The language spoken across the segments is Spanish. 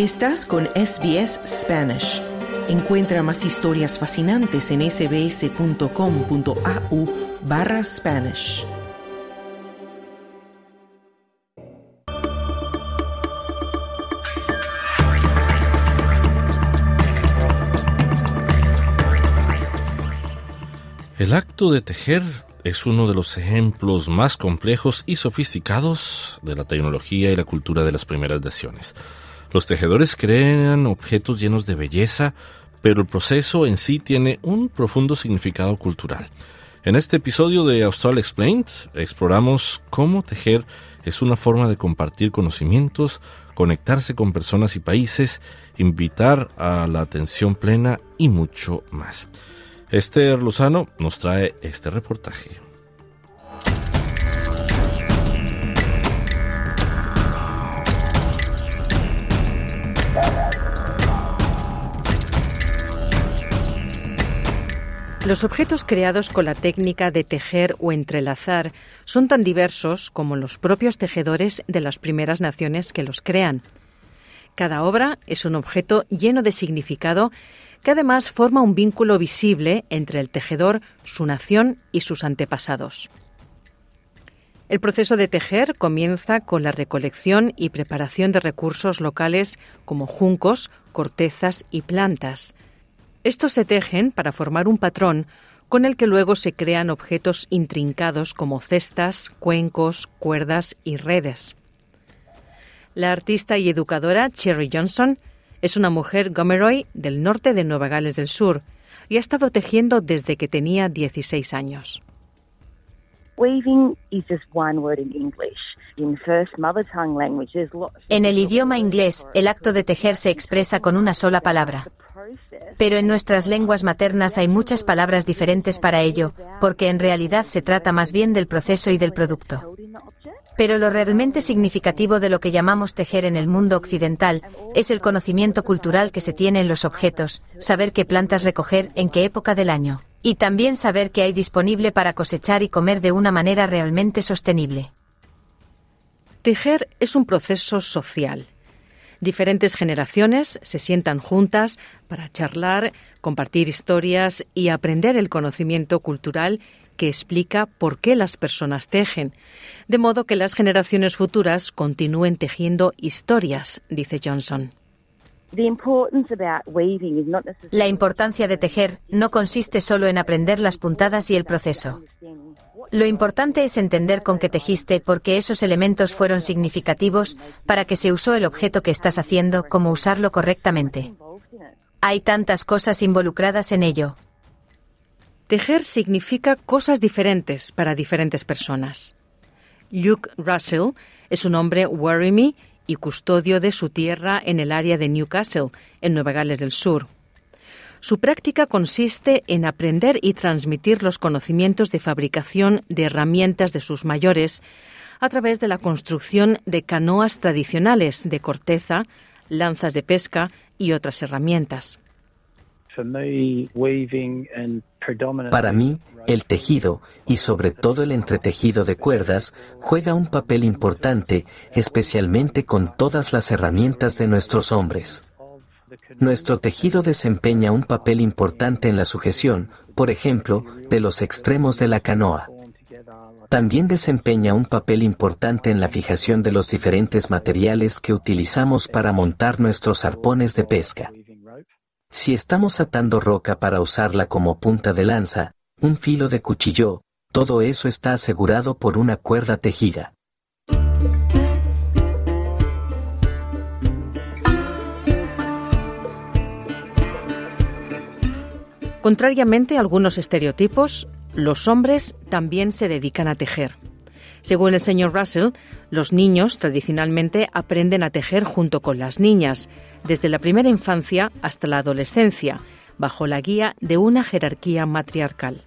Estás con SBS Spanish. Encuentra más historias fascinantes en sbs.com.au/Spanish. El acto de tejer es uno de los ejemplos más complejos y sofisticados de la tecnología y la cultura de las primeras naciones. Los tejedores crean objetos llenos de belleza, pero el proceso en sí tiene un profundo significado cultural. En este episodio de Australia Explained exploramos cómo tejer es una forma de compartir conocimientos, conectarse con personas y países, invitar a la atención plena y mucho más. Esther Lozano nos trae este reportaje. Los objetos creados con la técnica de tejer o entrelazar son tan diversos como los propios tejedores de las primeras naciones que los crean. Cada obra es un objeto lleno de significado que además forma un vínculo visible entre el tejedor, su nación y sus antepasados. El proceso de tejer comienza con la recolección y preparación de recursos locales como juncos, cortezas y plantas. Estos se tejen para formar un patrón con el que luego se crean objetos intrincados como cestas, cuencos, cuerdas y redes. La artista y educadora Cherry Johnson es una mujer Gomeroi del norte de Nueva Gales del Sur y ha estado tejiendo desde que tenía 16 años. En el idioma inglés, el acto de tejer se expresa con una sola palabra. Pero en nuestras lenguas maternas hay muchas palabras diferentes para ello, porque en realidad se trata más bien del proceso y del producto. Pero lo realmente significativo de lo que llamamos tejer en el mundo occidental es el conocimiento cultural que se tiene en los objetos, saber qué plantas recoger en qué época del año, y también saber qué hay disponible para cosechar y comer de una manera realmente sostenible. Tejer es un proceso social. Diferentes generaciones se sientan juntas para charlar, compartir historias y aprender el conocimiento cultural que explica por qué las personas tejen, de modo que las generaciones futuras continúen tejiendo historias, dice Johnson. La importancia de tejer no consiste solo en aprender las puntadas y el proceso. Lo importante es entender con qué tejiste, porque esos elementos fueron significativos para que se usó el objeto que estás haciendo, como usarlo correctamente. Hay tantas cosas involucradas en ello. Tejer significa cosas diferentes para diferentes personas. Luke Russell es un hombre Werrimi y custodio de su tierra en el área de Newcastle, en Nueva Gales del Sur. Su práctica consiste en aprender y transmitir los conocimientos de fabricación de herramientas de sus mayores a través de la construcción de canoas tradicionales de corteza, lanzas de pesca y otras herramientas. Para mí, el tejido, y sobre todo el entretejido de cuerdas, juega un papel importante, especialmente con todas las herramientas de nuestros hombres. Nuestro tejido desempeña un papel importante en la sujeción, por ejemplo, de los extremos de la canoa. También desempeña un papel importante en la fijación de los diferentes materiales que utilizamos para montar nuestros arpones de pesca. Si estamos atando roca para usarla como punta de lanza, un filo de cuchillo, todo eso está asegurado por una cuerda tejida. Contrariamente a algunos estereotipos, los hombres también se dedican a tejer. Según el señor Russell, los niños tradicionalmente aprenden a tejer junto con las niñas, desde la primera infancia hasta la adolescencia, bajo la guía de una jerarquía matriarcal.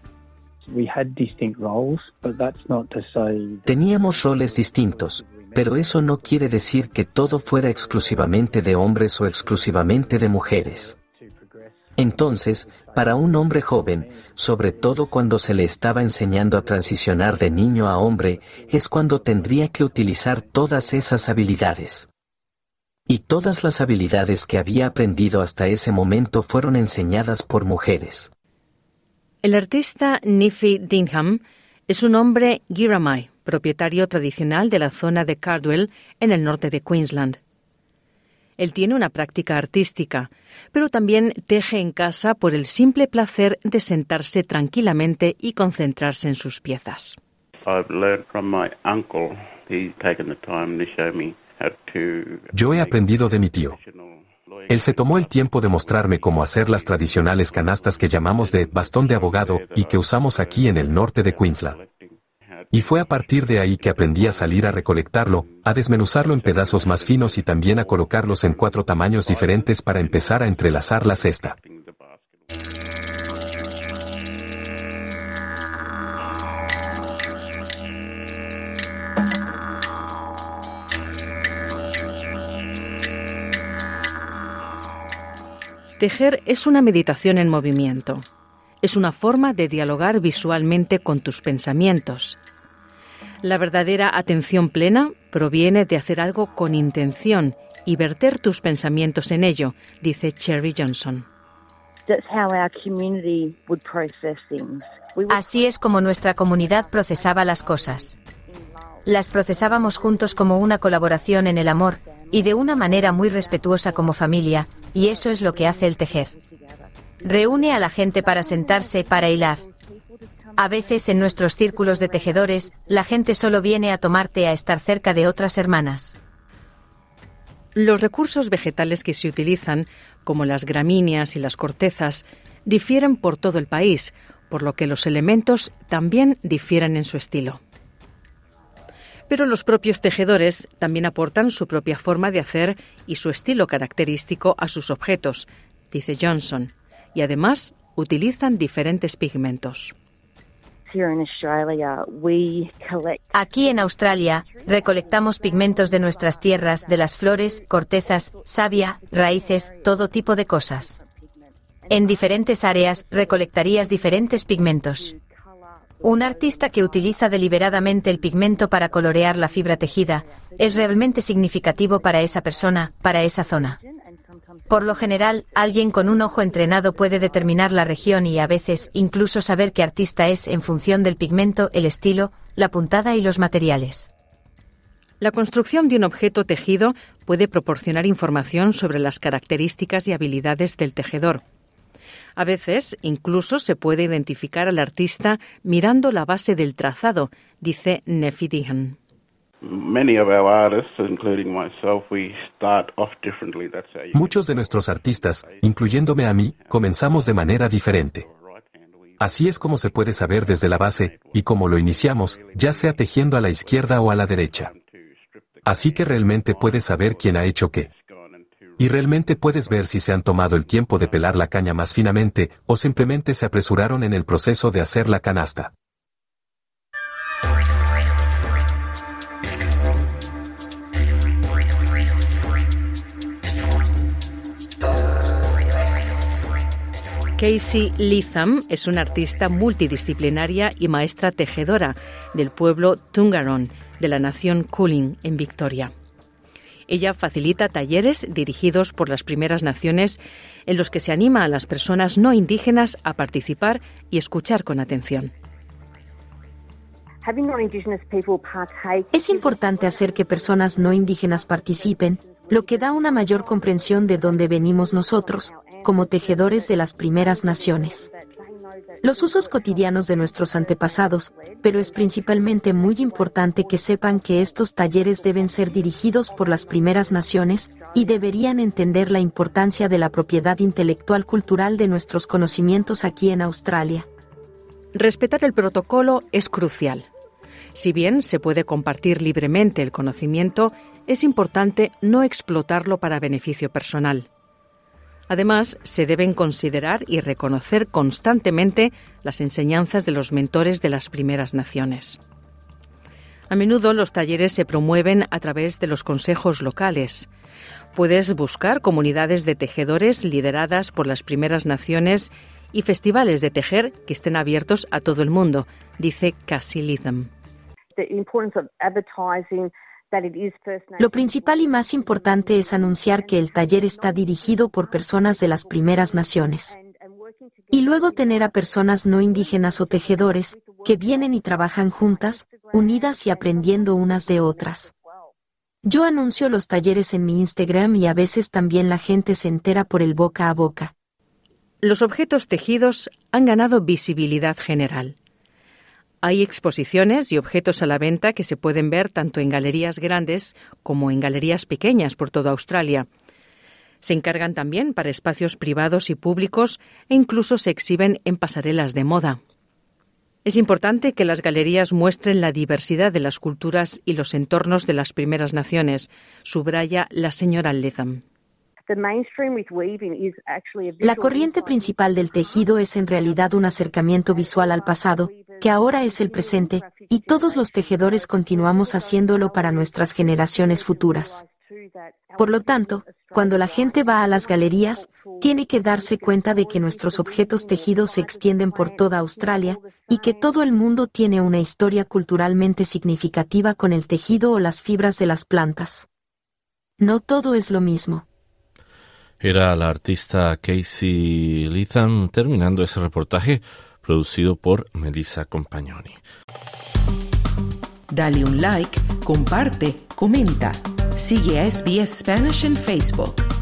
Teníamos roles distintos, pero eso no quiere decir que todo fuera exclusivamente de hombres o exclusivamente de mujeres. Entonces, para un hombre joven, sobre todo cuando se le estaba enseñando a transicionar de niño a hombre, es cuando tendría que utilizar todas esas habilidades. Y todas las habilidades que había aprendido hasta ese momento fueron enseñadas por mujeres. El artista Nifi Dinham es un hombre Giraamai, propietario tradicional de la zona de Cardwell, en el norte de Queensland. Él tiene una práctica artística, pero también teje en casa por el simple placer de sentarse tranquilamente y concentrarse en sus piezas. Yo he aprendido de mi tío. Él se tomó el tiempo de mostrarme cómo hacer las tradicionales canastas que llamamos de bastón de abogado y que usamos aquí en el norte de Queensland. Y fue a partir de ahí que aprendí a salir a recolectarlo, a desmenuzarlo en pedazos más finos y también a colocarlos en 4 tamaños diferentes para empezar a entrelazar la cesta. Tejer es una meditación en movimiento. Es una forma de dialogar visualmente con tus pensamientos. La verdadera atención plena proviene de hacer algo con intención y verter tus pensamientos en ello, dice Cherry Johnson. Así es como nuestra comunidad procesaba las cosas. Las procesábamos juntos como una colaboración en el amor, y de una manera muy respetuosa como familia, y eso es lo que hace el tejer. Reúne a la gente para sentarse, para hilar. A veces en nuestros círculos de tejedores, la gente solo viene a tomar té, a estar cerca de otras hermanas. Los recursos vegetales que se utilizan, como las gramíneas y las cortezas, difieren por todo el país, por lo que los elementos también difieren en su estilo. Pero los propios tejedores también aportan su propia forma de hacer y su estilo característico a sus objetos, dice Johnson, y además utilizan diferentes pigmentos. Aquí en Australia, recolectamos pigmentos de nuestras tierras, de las flores, cortezas, savia, raíces, todo tipo de cosas. En diferentes áreas recolectarías diferentes pigmentos. Un artista que utiliza deliberadamente el pigmento para colorear la fibra tejida es realmente significativo para esa persona, para esa zona. Por lo general, alguien con un ojo entrenado puede determinar la región y a veces incluso saber qué artista es en función del pigmento, el estilo, la puntada y los materiales. La construcción de un objeto tejido puede proporcionar información sobre las características y habilidades del tejedor. A veces, incluso se puede identificar al artista mirando la base del trazado, dice Nifi Dinham. Muchos de nuestros artistas, incluyéndome a mí, comenzamos de manera diferente. Así es como se puede saber desde la base, y cómo lo iniciamos, ya sea tejiendo a la izquierda o a la derecha. Así que realmente puedes saber quién ha hecho qué. Y realmente puedes ver si se han tomado el tiempo de pelar la caña más finamente, o simplemente se apresuraron en el proceso de hacer la canasta. Casey Leatham es una artista multidisciplinaria y maestra tejedora del pueblo Tungaron, de la nación Kulin, en Victoria. Ella facilita talleres dirigidos por las primeras naciones en los que se anima a las personas no indígenas a participar y escuchar con atención. Es importante hacer que personas no indígenas participen, lo que da una mayor comprensión de dónde venimos nosotros, como tejedores de las primeras naciones. Los usos cotidianos de nuestros antepasados, pero es principalmente muy importante que sepan que estos talleres deben ser dirigidos por las primeras naciones y deberían entender la importancia de la propiedad intelectual cultural de nuestros conocimientos aquí en Australia. Respetar el protocolo es crucial. Si bien se puede compartir libremente el conocimiento, es importante no explotarlo para beneficio personal. Además, se deben considerar y reconocer constantemente las enseñanzas de los mentores de las primeras naciones. A menudo los talleres se promueven a través de los consejos locales. Puedes buscar comunidades de tejedores lideradas por las primeras naciones y festivales de tejer que estén abiertos a todo el mundo, dice Casey Leatham. Lo principal y más importante es anunciar que el taller está dirigido por personas de las primeras naciones. Y luego tener a personas no indígenas o tejedores, que vienen y trabajan juntas, unidas y aprendiendo unas de otras. Yo anuncio los talleres en mi Instagram y a veces también la gente se entera por el boca a boca. Los objetos tejidos han ganado visibilidad general. Hay exposiciones y objetos a la venta que se pueden ver tanto en galerías grandes como en galerías pequeñas por toda Australia. Se encargan también para espacios privados y públicos e incluso se exhiben en pasarelas de moda. Es importante que las galerías muestren la diversidad de las culturas y los entornos de las primeras naciones, subraya la señora Latham. La corriente principal del tejido es en realidad un acercamiento visual al pasado, que ahora es el presente, y todos los tejedores continuamos haciéndolo para nuestras generaciones futuras. Por lo tanto, cuando la gente va a las galerías, tiene que darse cuenta de que nuestros objetos tejidos se extienden por toda Australia, y que todo el mundo tiene una historia culturalmente significativa con el tejido o las fibras de las plantas. No todo es lo mismo. Era la artista Casey Latham terminando ese reportaje producido por Melissa Compagnoni. Dale un like, comparte, comenta. Sigue a SBS Spanish en Facebook.